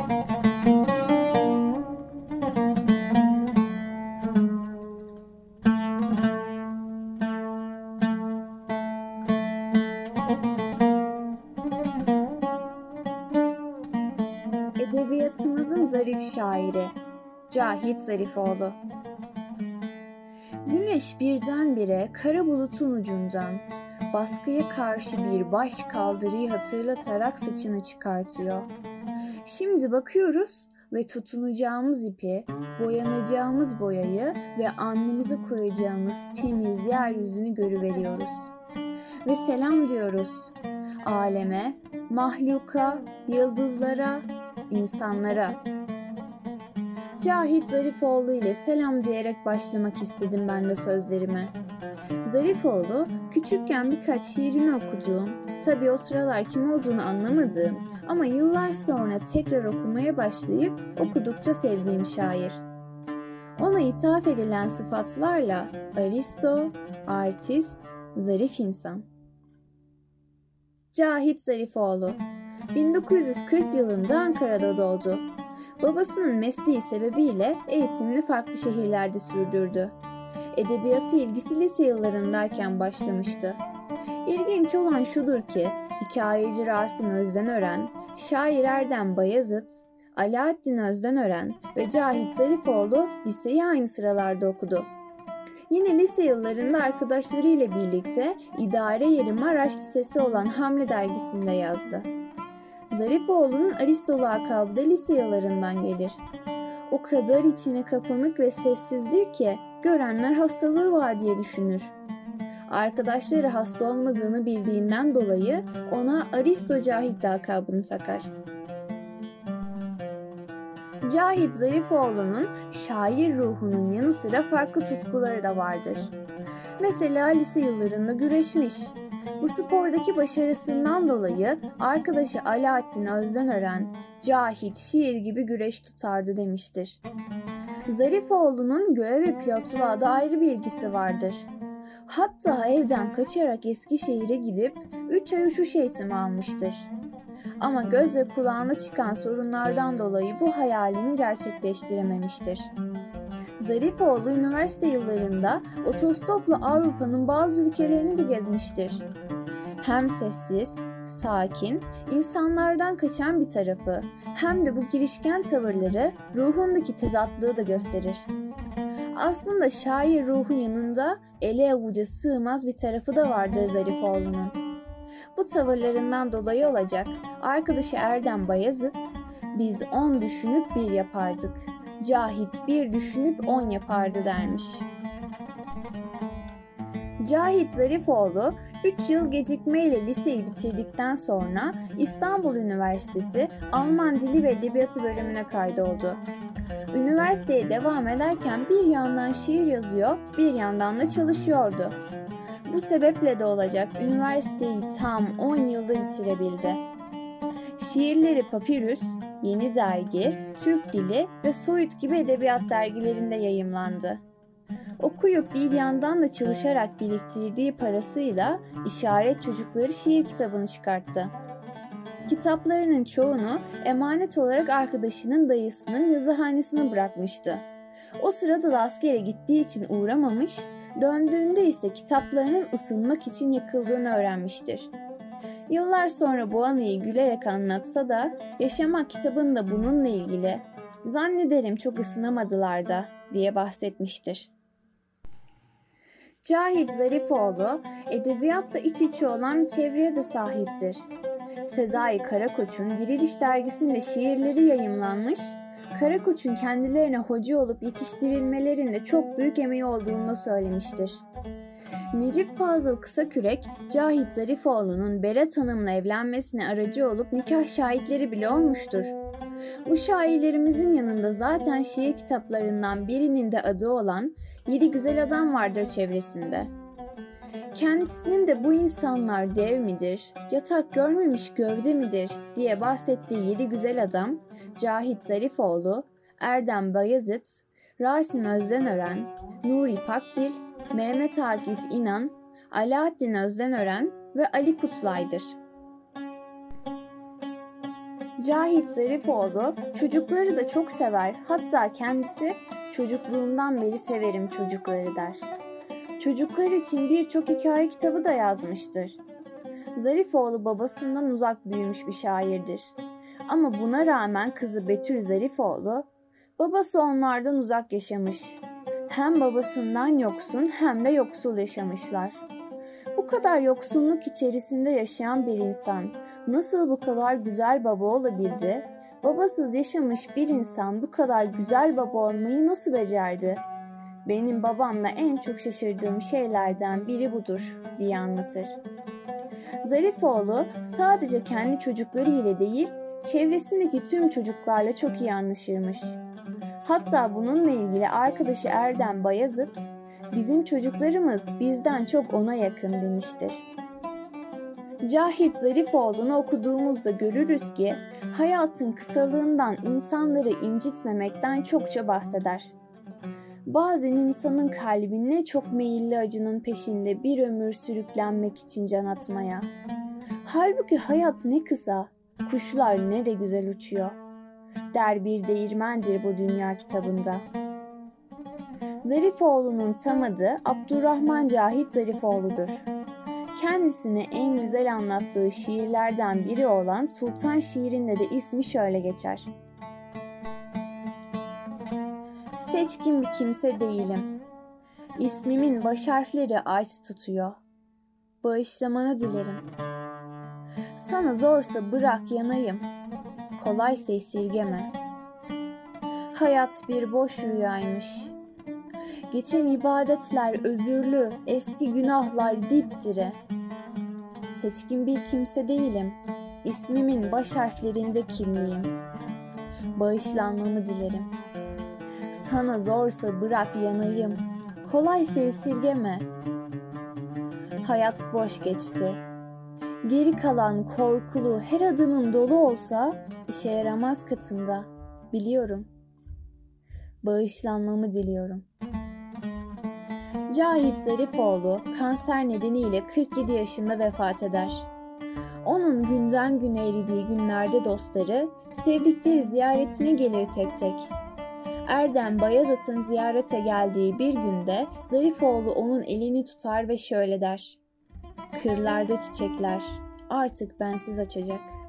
Edebiyatımızın zarif şairi Cahit Zarifoğlu. Güneş birdenbire kara bulutun ucundan baskıya karşı bir baş kaldırıyı hatırlatarak saçını çıkartıyor. Şimdi bakıyoruz ve tutunacağımız ipi, boyanacağımız boyayı ve alnımıza koyacağımız temiz yeryüzünü görüveriyoruz. Ve selam diyoruz aleme, mahluka, yıldızlara, insanlara. Cahit Zarifoğlu ile selam diyerek başlamak istedim ben de sözlerime. Zarifoğlu, küçükken birkaç şiirini okuduğum, tabii o sıralar kim olduğunu anlamadığım ama yıllar sonra tekrar okumaya başlayıp okudukça sevdiğim şair. Ona ithaf edilen sıfatlarla aristo, artist, zarif insan. Cahit Zarifoğlu 1940 yılında Ankara'da doğdu. Babasının mesleği sebebiyle eğitimini farklı şehirlerde sürdürdü. Edebiyatı ilgisi lise yıllarındayken başlamıştı. İlginç olan şudur ki, hikayeci Rasim Özdenören, şair Erdem Bayezid, Alaaddin Özdenören ve Cahit Zarifoğlu liseyi aynı sıralarda okudu. Yine lise yıllarında arkadaşlarıyla birlikte idare yeri Maraş Lisesi olan Hamle dergisinde yazdı. Zarifoğlu'nun Aristo lakabı da lise yıllarından gelir. O kadar içine kapanık ve sessizdir ki görenler hastalığı var diye düşünür. Arkadaşları hasta olmadığını bildiğinden dolayı ona Aristo Cahit lakabını takar. Cahit Zarifoğlu'nun şair ruhunun yanı sıra farklı tutkuları da vardır. Mesela lise yıllarında güreşmiş. Bu spordaki başarısından dolayı arkadaşı Alaaddin Özdenören, Cahit şiir gibi güreş tutardı demiştir. Zarifoğlu'nun göğe ve pilotluğa da ayrı bir ilgisi vardır. Hatta evden kaçarak Eskişehir'e gidip 3 ay uçuş eğitimi almıştır. Ama göz ve kulağına çıkan sorunlardan dolayı bu hayalini gerçekleştirememiştir. Zarifoğlu üniversite yıllarında otostopla Avrupa'nın bazı ülkelerini de gezmiştir. Hem sessiz, sakin, insanlardan kaçan bir tarafı, hem de bu girişken tavırları ruhundaki tezatlığı da gösterir. Aslında şair ruhu yanında ele avuca sığmaz bir tarafı da vardır Zarifoğlu'nun. Bu tavırlarından dolayı olacak arkadaşı Erdem Bayezid, biz 10 düşünüp 1 yapardık. Cahit 1 düşünüp 10 yapardı dermiş. Cahit Zarifoğlu 3 yıl gecikmeyle liseyi bitirdikten sonra İstanbul Üniversitesi Alman Dili ve Edebiyatı bölümüne kaydoldu. Üniversiteye devam ederken bir yandan şiir yazıyor, bir yandan da çalışıyordu. Bu sebeple de olacak üniversiteyi tam 10 yılda bitirebildi. Şiirleri Papirüs, Yeni Dergi, Türk Dili ve Soyut gibi edebiyat dergilerinde yayımlandı. Okuyup bir yandan da çalışarak biriktirdiği parasıyla İşaret Çocukları şiir kitabını çıkarttı. Kitaplarının çoğunu emanet olarak arkadaşının dayısının yazıhanesine bırakmıştı. O sırada da askere gittiği için uğramamış, döndüğünde ise kitaplarının ısınmak için yakıldığını öğrenmiştir. Yıllar sonra bu anıyı gülerek anlatsa da Yaşamak kitabında bununla ilgili "Zannederim çok ısınamadılar da" diye bahsetmiştir. Cahit Zarifoğlu edebiyatla iç içe olan bir çevreye de sahiptir. Sezai Karakoç'un Diriliş dergisinde şiirleri yayımlanmış, Karakoç'un kendilerine hoca olup yetiştirilmelerinde çok büyük emeği olduğunu da söylemiştir. Necip Fazıl Kısakürek, Cahit Zarifoğlu'nun Berat Hanım'la evlenmesine aracı olup nikah şahitleri bile olmuştur. Bu şairlerimizin yanında zaten şiir kitaplarından birinin de adı olan 7 Güzel Adam vardır çevresinde. Kendisinin de bu insanlar dev midir, yatak görmemiş gövde midir diye bahsettiği 7 güzel adam, Cahit Zarifoğlu, Erdem Bayezid, Rasim Özdenören, Nuri Pakdil, Mehmet Akif İnan, Alaaddin Özdenören ve Ali Kutlay'dır. Cahit Zarifoğlu çocukları da çok sever, hatta kendisi çocukluğumdan beri severim çocukları der. Çocuklar için birçok hikaye kitabı da yazmıştır. Zarifoğlu babasından uzak büyümüş bir şairdir. Ama buna rağmen kızı Betül Zarifoğlu, babası onlardan uzak yaşamış. Hem babasından yoksun hem de yoksul yaşamışlar. Bu kadar yoksunluk içerisinde yaşayan bir insan nasıl bu kadar güzel baba olabildi? Babasız yaşamış bir insan bu kadar güzel baba olmayı nasıl becerdi? Benim babamla en çok şaşırdığım şeylerden biri budur diye anlatır. Zarifoğlu sadece kendi çocukları ile değil, çevresindeki tüm çocuklarla çok iyi anlaşırmış. Hatta bununla ilgili arkadaşı Erdem Bayazıt, "Bizim çocuklarımız bizden çok ona yakın" demiştir. Cahit Zarifoğlu'nu okuduğumuzda görürüz ki hayatın kısalığından insanları incitmemekten çokça bahseder. Bazen insanın kalbine çok meyilli acının peşinde bir ömür sürüklenmek için can atmaya. Halbuki hayat ne kısa, kuşlar ne de güzel uçuyor der bir değirmendir bu dünya kitabında. Zarifoğlu'nun tam adı Abdurrahman Cahit Zarifoğlu'dur. Kendisini en güzel anlattığı şiirlerden biri olan Sultan şiirinde de ismi şöyle geçer. Seçkin bir kimse değilim. İsmimin baş harfleri aç tutuyor. Bağışlamanı dilerim. Sana zorsa bırak yanayım. Kolaysa esirgeme. Hayat bir boş rüyaymış. Geçen ibadetler özürlü, eski günahlar dipdire. Seçkin bir kimse değilim. İsmimin baş harflerinde kimliğim. Bağışlanmamı dilerim. Sana zorsa bırak yanayım. Kolaysa esirgeme. Hayat boş geçti. Geri kalan korkulu her adımım dolu olsa işe yaramaz katında. Biliyorum. Bağışlanmamı diliyorum. Cahit Zarifoğlu kanser nedeniyle 47 yaşında vefat eder. Onun günden güne eridiği günlerde dostları, sevdikleri ziyaretine gelir tek tek. Erdem Bayazıt'ın ziyarete geldiği bir günde Zarifoğlu onun elini tutar ve şöyle der: "Kırlarda çiçekler artık bensiz açacak."